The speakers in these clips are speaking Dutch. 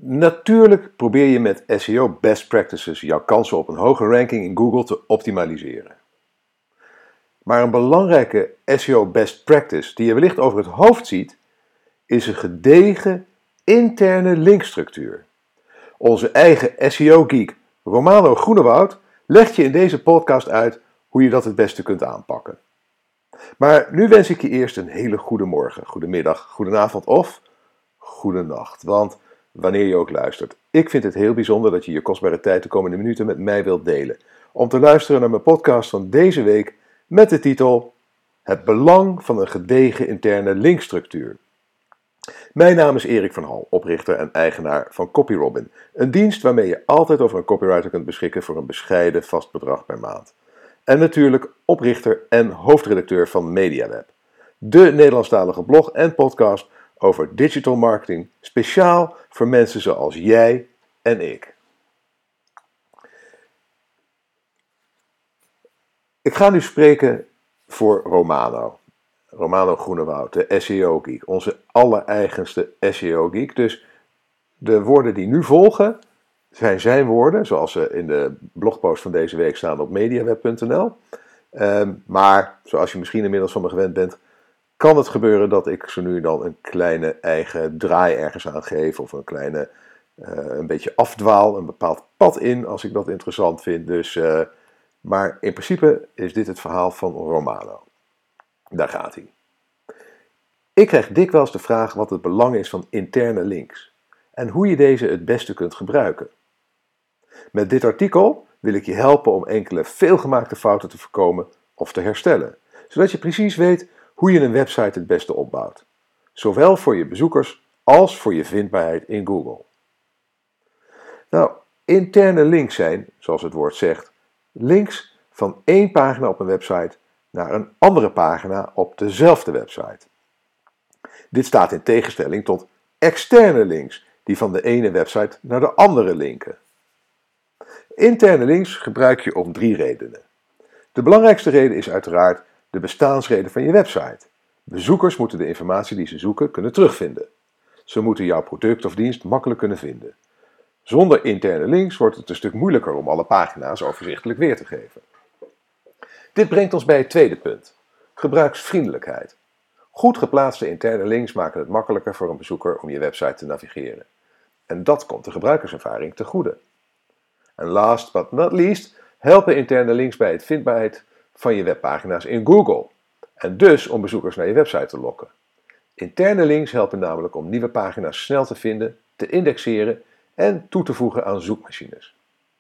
Natuurlijk probeer je met SEO best practices jouw kansen op een hoge ranking in Google te optimaliseren. Maar een belangrijke SEO best practice die je wellicht over het hoofd ziet, is een gedegen interne linkstructuur. Onze eigen SEO-geek Romano Groenewoud legt je in deze podcast uit hoe je dat het beste kunt aanpakken. Maar nu wens ik je eerst een hele goede morgen, goedemiddag, goedenavond of goedenacht. Want wanneer je ook luistert, ik vind het heel bijzonder dat je je kostbare tijd de komende minuten met mij wilt delen. Om te luisteren naar mijn podcast van deze week met de titel Het belang van een gedegen interne linkstructuur. Mijn naam is Erik van Hal, oprichter en eigenaar van CopyRobin. Een dienst waarmee je altijd over een copywriter kunt beschikken voor een bescheiden vast bedrag per maand. En natuurlijk oprichter en hoofdredacteur van MediaWeb. De Nederlandstalige blog en podcast over digital marketing, speciaal voor mensen zoals jij en ik. Ik ga nu spreken voor Romano. Romano Groenewoud, de SEO-geek, onze allereigenste SEO-geek. Dus de woorden die nu volgen zijn zijn woorden, zoals ze in de blogpost van deze week staan op mediaweb.nl. Maar zoals je misschien inmiddels van me gewend bent, kan het gebeuren dat ik zo nu en dan een kleine eigen draai ergens aan geef of een beetje afdwaal, een bepaald pad in als ik dat interessant vind. Dus, maar in principe is dit het verhaal van Romano. Daar gaat hij. Ik krijg dikwijls de vraag wat het belang is van interne links en hoe je deze het beste kunt gebruiken. Met dit artikel wil ik je helpen om enkele veelgemaakte fouten te voorkomen of te herstellen, zodat je precies weet hoe je een website het beste opbouwt, zowel voor je bezoekers als voor je vindbaarheid in Google. Nou, interne links zijn, zoals het woord zegt, links van één pagina op een website naar een andere pagina op dezelfde website. Dit staat in tegenstelling tot externe links, die van de ene website naar de andere linken. Interne links gebruik je om 3 redenen. De belangrijkste reden is uiteraard de bestaansreden van je website. Bezoekers moeten de informatie die ze zoeken kunnen terugvinden. Ze moeten jouw product of dienst makkelijk kunnen vinden. Zonder interne links wordt het een stuk moeilijker om alle pagina's overzichtelijk weer te geven. Dit brengt ons bij het tweede punt: gebruiksvriendelijkheid. Goed geplaatste interne links maken het makkelijker voor een bezoeker om je website te navigeren. En dat komt de gebruikerservaring ten goede. En last but not least helpen interne links bij het vindbaarheid van je webpagina's in Google. En dus om bezoekers naar je website te lokken. Interne links helpen namelijk om nieuwe pagina's snel te vinden, te indexeren en toe te voegen aan zoekmachines.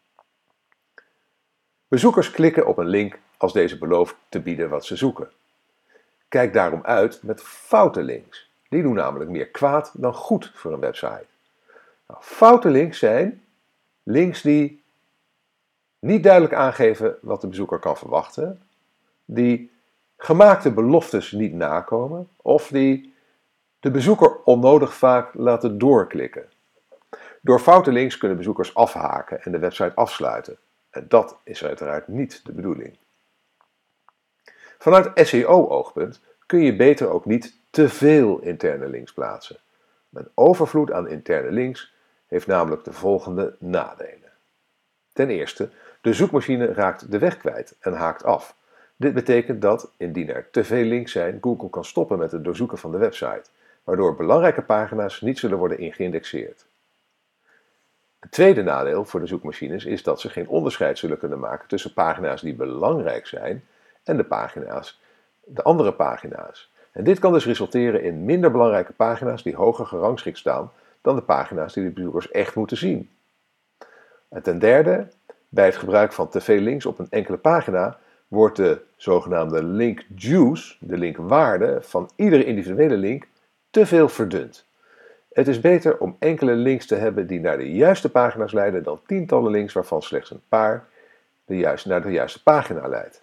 Bezoekers klikken op een link als deze belooft te bieden wat ze zoeken. Kijk daarom uit met foute links. Die doen namelijk meer kwaad dan goed voor een website. Nou, foute links zijn links die niet duidelijk aangeven wat de bezoeker kan verwachten, die gemaakte beloftes niet nakomen of die de bezoeker onnodig vaak laten doorklikken. Door foute links kunnen bezoekers afhaken en de website afsluiten. En dat is uiteraard niet de bedoeling. Vanuit SEO-oogpunt kun je beter ook niet te veel interne links plaatsen. Een overvloed aan interne links heeft namelijk de volgende nadelen. Ten eerste, de zoekmachine raakt de weg kwijt en haakt af. Dit betekent dat, indien er te veel links zijn, Google kan stoppen met het doorzoeken van de website, waardoor belangrijke pagina's niet zullen worden ingeïndexeerd. Het tweede nadeel voor de zoekmachines is dat ze geen onderscheid zullen kunnen maken tussen pagina's die belangrijk zijn en de andere pagina's. En dit kan dus resulteren in minder belangrijke pagina's die hoger gerangschikt staan dan de pagina's die de bezoekers echt moeten zien. En ten derde, bij het gebruik van te veel links op een enkele pagina wordt de zogenaamde link juice, de linkwaarde van iedere individuele link, te veel verdund. Het is beter om enkele links te hebben die naar de juiste pagina's leiden dan tientallen links waarvan slechts een paar naar de juiste pagina leidt.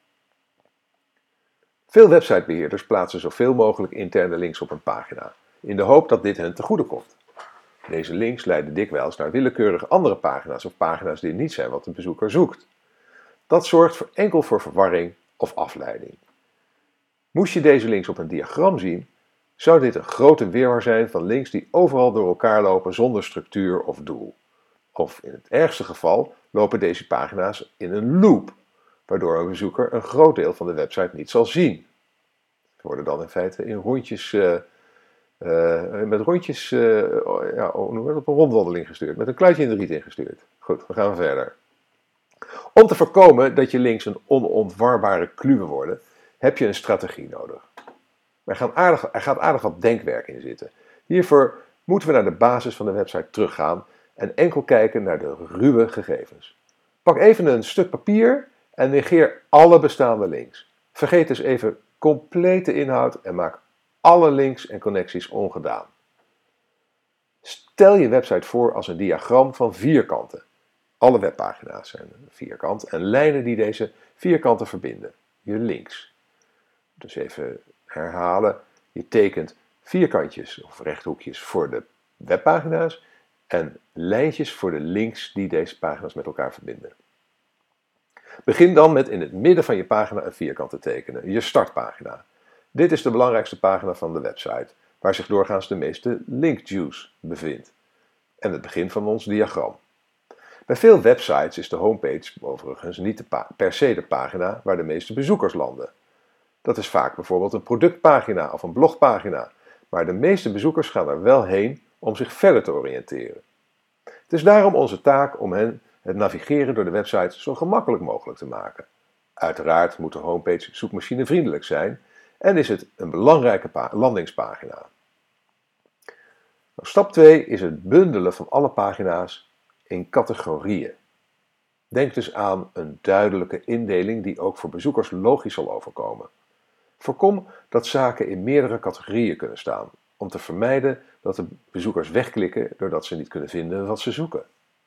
Veel websitebeheerders plaatsen zoveel mogelijk interne links op een pagina, in de hoop dat dit hen te goede komt. Deze links leiden dikwijls naar willekeurige andere pagina's of pagina's die niet zijn wat de bezoeker zoekt. Dat zorgt enkel voor verwarring of afleiding. Moest je deze links op een diagram zien, zou dit een grote wirwar zijn van links die overal door elkaar lopen zonder structuur of doel. Of in het ergste geval lopen deze pagina's in een loop, waardoor een bezoeker een groot deel van de website niet zal zien. Ze worden dan in feite in rondjes, met rondjes op een rondwandeling gestuurd, met een kluitje in de riet ingestuurd. Goed, we gaan verder. Om te voorkomen dat je links een onontwarbare kluwe worden, heb je een strategie nodig. Er gaat aardig wat denkwerk in zitten. Hiervoor moeten we naar de basis van de website teruggaan en enkel kijken naar de ruwe gegevens. Pak even een stuk papier en negeer alle bestaande links. Vergeet dus even complete inhoud en maak alle links en connecties ongedaan. Stel je website voor als een diagram van vierkanten. Alle webpagina's zijn vierkant en lijnen die deze vierkanten verbinden. Je links. Dus even herhalen. Je tekent vierkantjes of rechthoekjes voor de webpagina's en lijntjes voor de links die deze pagina's met elkaar verbinden. Begin dan met in het midden van je pagina een vierkant te tekenen, je startpagina. Dit is de belangrijkste pagina van de website, waar zich doorgaans de meeste linkjuice bevindt. En het begin van ons diagram. Bij veel websites is de homepage overigens niet per se de pagina waar de meeste bezoekers landen. Dat is vaak bijvoorbeeld een productpagina of een blogpagina, maar de meeste bezoekers gaan er wel heen om zich verder te oriënteren. Het is daarom onze taak om hen het navigeren door de website zo gemakkelijk mogelijk te maken. Uiteraard moet de homepage zoekmachinevriendelijk zijn en is het een belangrijke landingspagina. Stap 2 is het bundelen van alle pagina's in categorieën. Denk dus aan een duidelijke indeling die ook voor bezoekers logisch zal overkomen. Voorkom dat zaken in meerdere categorieën kunnen staan, om te vermijden dat de bezoekers wegklikken doordat ze niet kunnen vinden wat ze zoeken.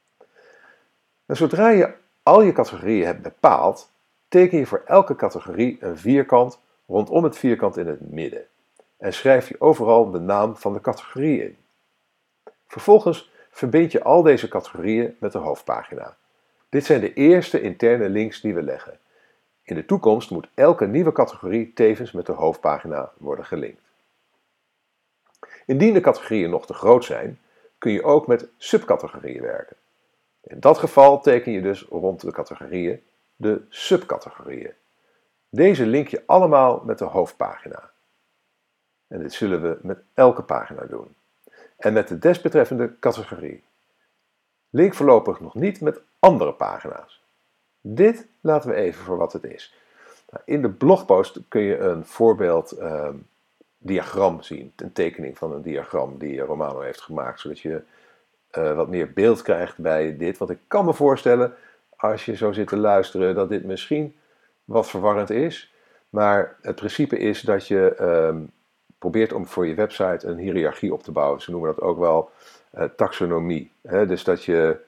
En zodra je al je categorieën hebt bepaald, teken je voor elke categorie een vierkant rondom het vierkant in het midden en schrijf je overal de naam van de categorie in. Vervolgens verbind je al deze categorieën met de hoofdpagina. Dit zijn de eerste interne links die we leggen. In de toekomst moet elke nieuwe categorie tevens met de hoofdpagina worden gelinkt. Indien de categorieën nog te groot zijn, kun je ook met subcategorieën werken. In dat geval teken je dus rond de categorieën de subcategorieën. Deze link je allemaal met de hoofdpagina. En dit zullen we met elke pagina doen. En met de desbetreffende categorie. Link voorlopig nog niet met andere pagina's. Dit laten we even voor wat het is. In de blogpost kun je een voorbeeld diagram zien. Een tekening van een diagram die Romano heeft gemaakt. Zodat je wat meer beeld krijgt bij dit. Want ik kan me voorstellen, als je zo zit te luisteren, dat dit misschien wat verwarrend is. Maar het principe is dat je probeert om voor je website een hiërarchie op te bouwen. Ze noemen dat ook wel taxonomie. Dus dat je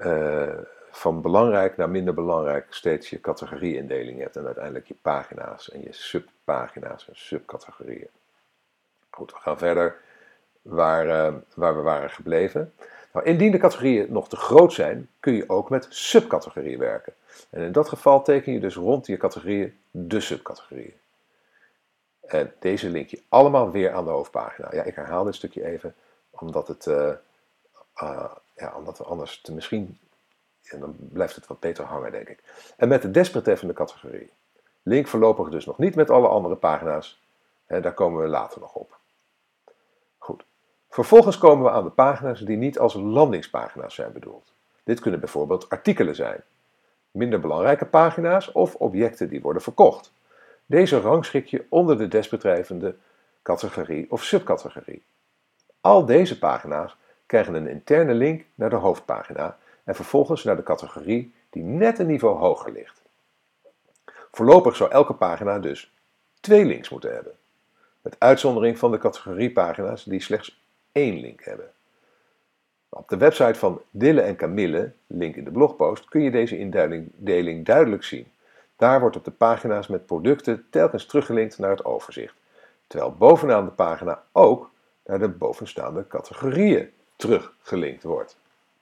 van belangrijk naar minder belangrijk steeds je categorie-indeling hebt. En uiteindelijk je pagina's en je subpagina's en subcategorieën. Goed, we gaan verder waar we waren gebleven. Nou, indien de categorieën nog te groot zijn, kun je ook met subcategorieën werken. En in dat geval teken je dus rond je categorieën de subcategorieën. En deze link je allemaal weer aan de hoofdpagina. Ja, ik herhaal dit stukje even, omdat omdat we anders misschien... En dan blijft het wat beter hangen, denk ik. En met de desbetreffende categorie. Link voorlopig dus nog niet met alle andere pagina's. Daar komen we later nog op. Goed. Vervolgens komen we aan de pagina's die niet als landingspagina's zijn bedoeld. Dit kunnen bijvoorbeeld artikelen zijn. Minder belangrijke pagina's of objecten die worden verkocht. Deze rangschik je onder de desbetreffende categorie of subcategorie. Al deze pagina's krijgen een interne link naar de hoofdpagina en vervolgens naar de categorie die net een niveau hoger ligt. Voorlopig zou elke pagina dus 2 links moeten hebben, met uitzondering van de categoriepagina's die slechts 1 link hebben. Op de website van Dille en Camille, link in de blogpost, kun je deze indeling duidelijk zien. Daar wordt op de pagina's met producten telkens teruggelinkt naar het overzicht, terwijl bovenaan de pagina ook naar de bovenstaande categorieën teruggelinkt wordt.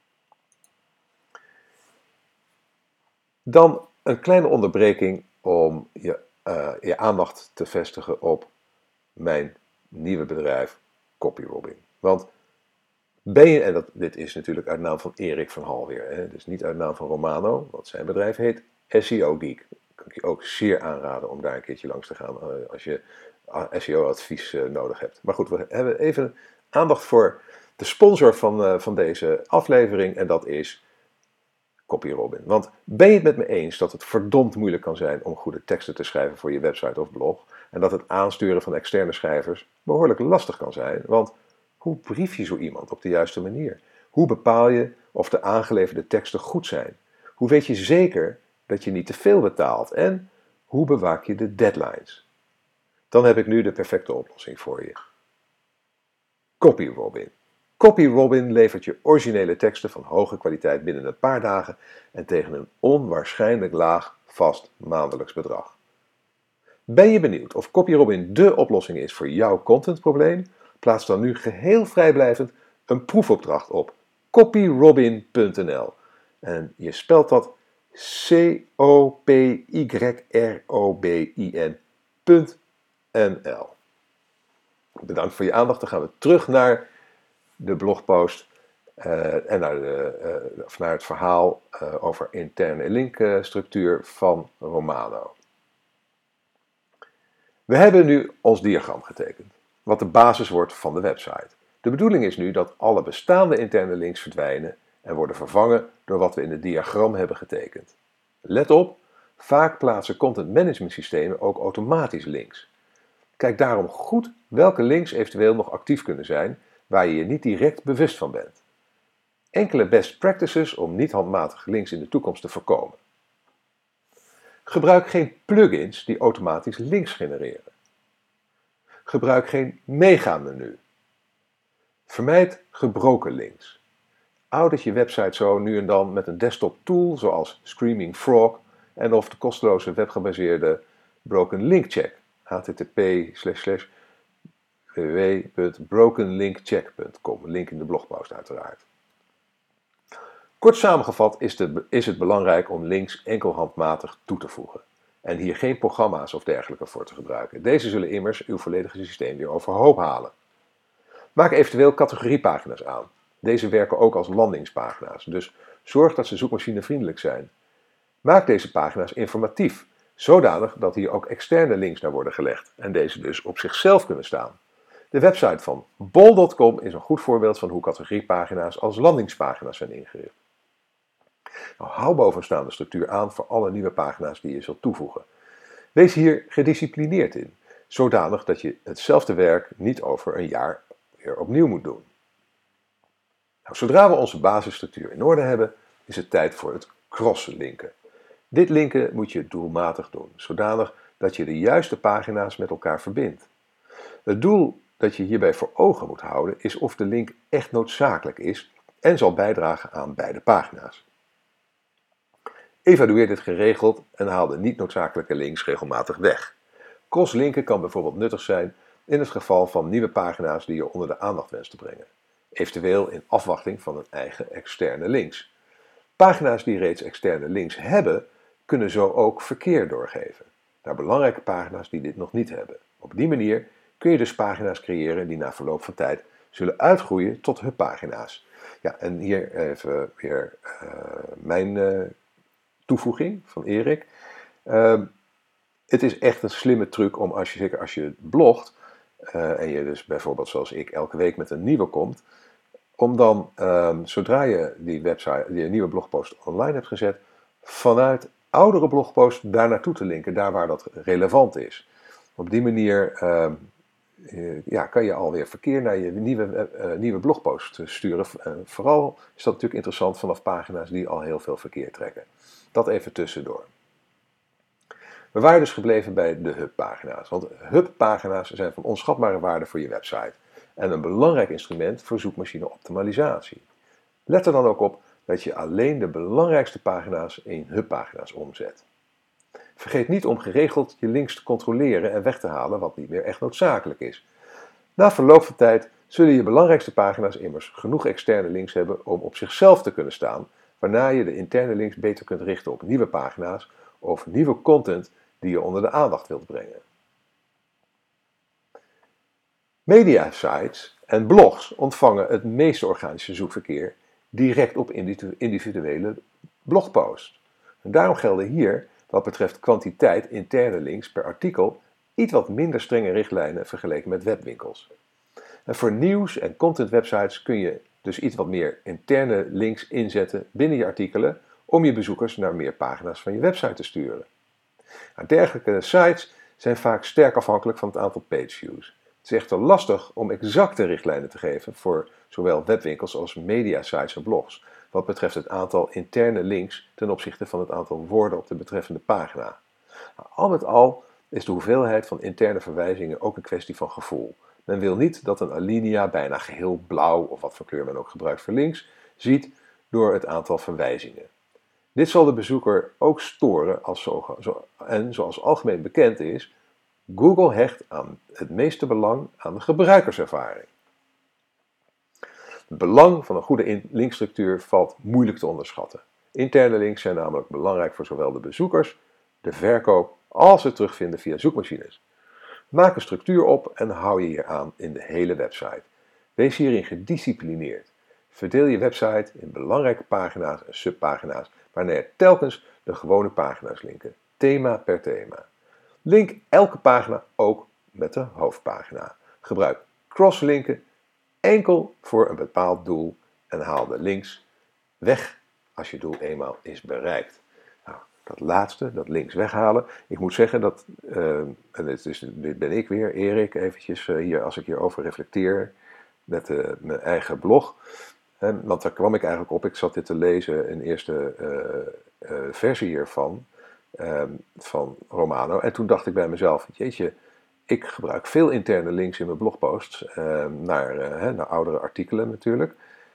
Dan een kleine onderbreking om je aandacht te vestigen op mijn nieuwe bedrijf CopyRobin. Want ben je, en dit is natuurlijk uit naam van Erik van Halweer, hè, dus niet uit naam van Romano, want zijn bedrijf heet SEO Geek. Kan ik je ook zeer aanraden om daar een keertje langs te gaan als je SEO-advies nodig hebt. Maar goed, we hebben even aandacht voor de sponsor van deze aflevering en dat is CopyRobin. Want ben je het met me eens dat het verdomd moeilijk kan zijn om goede teksten te schrijven voor je website of blog en dat het aansturen van externe schrijvers behoorlijk lastig kan zijn? Want hoe brief je zo iemand op de juiste manier? Hoe bepaal je of de aangeleverde teksten goed zijn? Hoe weet je zeker dat je niet te veel betaalt? En hoe bewaak je de deadlines? Dan heb ik nu de perfecte oplossing voor je. CopyRobin. CopyRobin levert je originele teksten van hoge kwaliteit binnen een paar dagen en tegen een onwaarschijnlijk laag vast maandelijks bedrag. Ben je benieuwd of CopyRobin dé oplossing is voor jouw contentprobleem? Plaats dan nu geheel vrijblijvend een proefopdracht op copyrobin.nl. En je spelt dat CopyRobin.nl. Bedankt voor je aandacht. Dan gaan we terug naar de blogpost en naar het verhaal over interne linkstructuur van Romano. We hebben nu ons diagram getekend, wat de basis wordt van de website. De bedoeling is nu dat alle bestaande interne links verdwijnen en worden vervangen door wat we in het diagram hebben getekend. Let op, vaak plaatsen content management systemen ook automatisch links. Kijk daarom goed welke links eventueel nog actief kunnen zijn waar je je niet direct bewust van bent. Enkele best practices om niet handmatige links in de toekomst te voorkomen. Gebruik geen plugins die automatisch links genereren. Gebruik geen mega-menu. Vermijd gebroken links. Audit je website zo nu en dan met een desktop tool zoals Screaming Frog en of de kosteloze webgebaseerde Broken Link Check. http://www.brokenlinkcheck.com. Link in de blogpost uiteraard. Kort samengevat is het belangrijk om links enkel handmatig toe te voegen. En hier geen programma's of dergelijke voor te gebruiken. Deze zullen immers uw volledige systeem weer overhoop halen. Maak eventueel categoriepagina's aan. Deze werken ook als landingspagina's, dus zorg dat ze zoekmachinevriendelijk zijn. Maak deze pagina's informatief, zodanig dat hier ook externe links naar worden gelegd en deze dus op zichzelf kunnen staan. De website van bol.com is een goed voorbeeld van hoe categoriepagina's als landingspagina's zijn ingericht. Nou, hou bovenstaande structuur aan voor alle nieuwe pagina's die je zult toevoegen. Wees hier gedisciplineerd in, zodanig dat je hetzelfde werk niet over een jaar weer opnieuw moet doen. Nou, zodra we onze basisstructuur in orde hebben, is het tijd voor het crosslinken. Dit linken moet je doelmatig doen, zodanig dat je de juiste pagina's met elkaar verbindt. Het doel dat je hierbij voor ogen moet houden is of de link echt noodzakelijk is en zal bijdragen aan beide pagina's. Evalueer dit geregeld en haal de niet noodzakelijke links regelmatig weg. Crosslinken kan bijvoorbeeld nuttig zijn in het geval van nieuwe pagina's die je onder de aandacht wenst te brengen, eventueel in afwachting van een eigen externe links. Pagina's die reeds externe links hebben, kunnen zo ook verkeer doorgeven naar belangrijke pagina's die dit nog niet hebben. Op die manier kun je dus pagina's creëren die na verloop van tijd zullen uitgroeien tot hubpagina's. Ja, en hier even weer mijn toevoeging van Erik. Het is echt een slimme truc om, zeker als je blogt, en je dus bijvoorbeeld zoals ik elke week met een nieuwe komt, om dan, zodra je die nieuwe blogpost online hebt gezet, vanuit oudere blogposts daar naartoe te linken, daar waar dat relevant is. Op die manier kan je alweer verkeer naar je nieuwe blogpost sturen. Vooral is dat natuurlijk interessant vanaf pagina's die al heel veel verkeer trekken. Dat even tussendoor. We waren dus gebleven bij de hubpagina's, want hubpagina's zijn van onschatbare waarde voor je website en een belangrijk instrument voor zoekmachine-optimalisatie. Let er dan ook op dat je alleen de belangrijkste pagina's in hubpagina's omzet. Vergeet niet om geregeld je links te controleren en weg te halen wat niet meer echt noodzakelijk is. Na verloop van tijd zullen je belangrijkste pagina's immers genoeg externe links hebben om op zichzelf te kunnen staan, waarna je de interne links beter kunt richten op nieuwe pagina's of nieuwe content die je onder de aandacht wilt brengen. Mediasites en blogs ontvangen het meeste organische zoekverkeer direct op individuele blogposts. En daarom gelden hier, wat betreft kwantiteit interne links per artikel, iets wat minder strenge richtlijnen vergeleken met webwinkels. En voor nieuws- en contentwebsites kun je dus iets wat meer interne links inzetten binnen je artikelen om je bezoekers naar meer pagina's van je website te sturen. Nou, dergelijke sites zijn vaak sterk afhankelijk van het aantal pageviews. Het is echter lastig om exacte richtlijnen te geven voor zowel webwinkels als mediasites en blogs, wat betreft het aantal interne links ten opzichte van het aantal woorden op de betreffende pagina. Nou, al met al is de hoeveelheid van interne verwijzingen ook een kwestie van gevoel. Men wil niet dat een alinea bijna geheel blauw, of wat voor kleur men ook gebruikt voor links, ziet door het aantal verwijzingen. Dit zal de bezoeker ook storen en zoals algemeen bekend is, Google hecht aan het meeste belang aan de gebruikerservaring. Het belang van een goede linkstructuur valt moeilijk te onderschatten. Interne links zijn namelijk belangrijk voor zowel de bezoekers, de verkoop als het terugvinden via zoekmachines. Maak een structuur op en hou je hier aan in de hele website. Wees hierin gedisciplineerd. Verdeel je website in belangrijke pagina's en subpagina's, wanneer telkens de gewone pagina's linken, thema per thema. Link elke pagina ook met de hoofdpagina. Gebruik crosslinken enkel voor een bepaald doel en haal de links weg als je doel eenmaal is bereikt. Nou, dat laatste, dat links weghalen. Ik moet zeggen dat, en dit ben ik weer, Erik, eventjes hier, als ik hierover reflecteer met mijn eigen blog. Want daar kwam ik eigenlijk op, ik zat dit te lezen, een eerste versie hiervan, van Romano. En toen dacht ik bij mezelf, jeetje, ik gebruik veel interne links in mijn blogposts, naar oudere artikelen natuurlijk.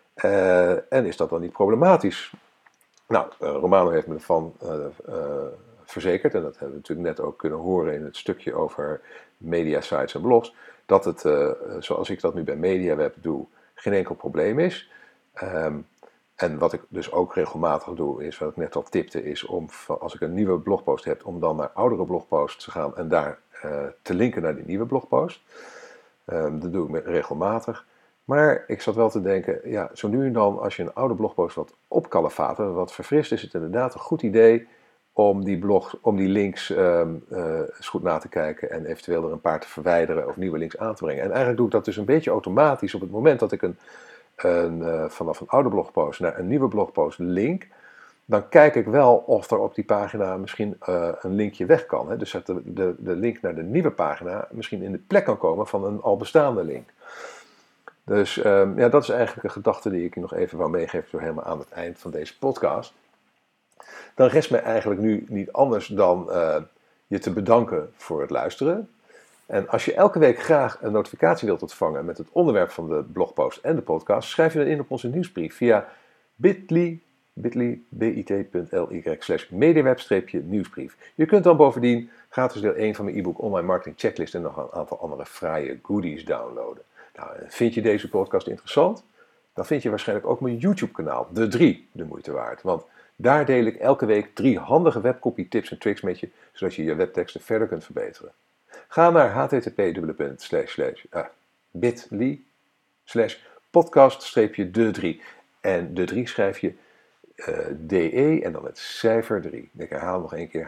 En is dat dan niet problematisch? Nou, Romano heeft me ervan verzekerd, en dat hebben we natuurlijk net ook kunnen horen in het stukje over mediasites en blogs, dat het, zoals ik dat nu bij MediaWeb doe, geen enkel probleem is. En wat ik dus ook regelmatig doe, is wat ik net al tipte, is om, als ik een nieuwe blogpost heb, om dan naar oudere blogposts te gaan en daar te linken naar die nieuwe blogpost. Dat doe ik regelmatig. Maar ik zat wel te denken, ja, zo nu en dan, als je een oude blogpost wat opkalefatert, wat verfrist, is het inderdaad een goed idee om die links eens goed na te kijken en eventueel er een paar te verwijderen of nieuwe links aan te brengen. En eigenlijk doe ik dat dus een beetje automatisch op het moment dat ik vanaf een oude blogpost naar een nieuwe blogpost link. Dan kijk ik wel of er op die pagina misschien een linkje weg kan. Hè? Dus dat de link naar de nieuwe pagina misschien in de plek kan komen van een al bestaande link. Dus ja, dat is eigenlijk een gedachte die ik je nog even wou meegeven, zo helemaal aan het eind van deze podcast. Dan rest mij eigenlijk nu niet anders dan je te bedanken voor het luisteren. En als je elke week graag een notificatie wilt ontvangen met het onderwerp van de blogpost en de podcast, schrijf je dan in op onze nieuwsbrief via bit.ly/mediaweb-nieuwsbrief. Je kunt dan bovendien gratis deel 1 van mijn e-book Online Marketing Checklist en nog een aantal andere fraaie goodies downloaden. Nou, vind je deze podcast interessant? Dan vind je waarschijnlijk ook mijn YouTube-kanaal, De 3, de moeite waard. Want daar deel ik elke week 3 handige webcopy tips en tricks met je, zodat je je webteksten verder kunt verbeteren. Ga naar http://bit.ly/podcast-de3. En de 3 schrijf je DE en dan het cijfer 3. Ik herhaal nog een keer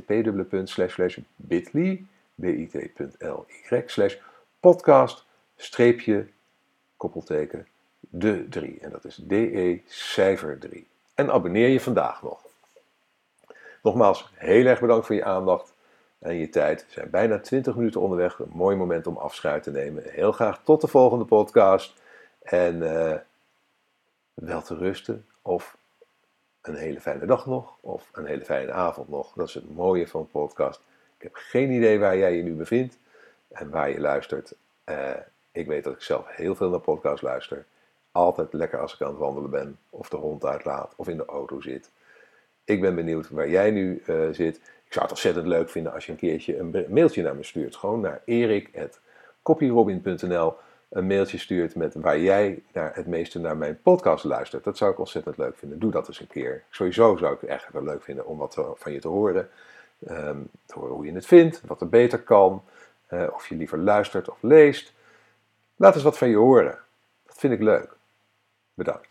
http://bit.ly/podcast-de 3. En dat is DE cijfer 3. En abonneer je vandaag nog. Nogmaals, heel erg bedankt voor je aandacht en je tijd. We zijn bijna 20 minuten onderweg. Een mooi moment om afscheid te nemen. Heel graag tot de volgende podcast. En wel te rusten. Of een hele fijne dag nog. Of een hele fijne avond nog. Dat is het mooie van een podcast. Ik heb geen idee waar jij je nu bevindt. En waar je luistert. Ik weet dat ik zelf heel veel naar podcasts luister. Altijd lekker als ik aan het wandelen ben. Of de hond uitlaat. Of in de auto zit. Ik ben benieuwd waar jij nu zit. Ik zou het ontzettend leuk vinden als je een keertje een mailtje naar me stuurt. Gewoon naar erik@copyrobin.nl een mailtje stuurt met waar jij het meeste naar mijn podcast luistert. Dat zou ik ontzettend leuk vinden. Doe dat eens een keer. Sowieso zou ik het echt wel leuk vinden om wat van je te horen. Te horen hoe je het vindt, wat er beter kan. Of je liever luistert of leest. Laat eens wat van je horen. Dat vind ik leuk. Bedankt.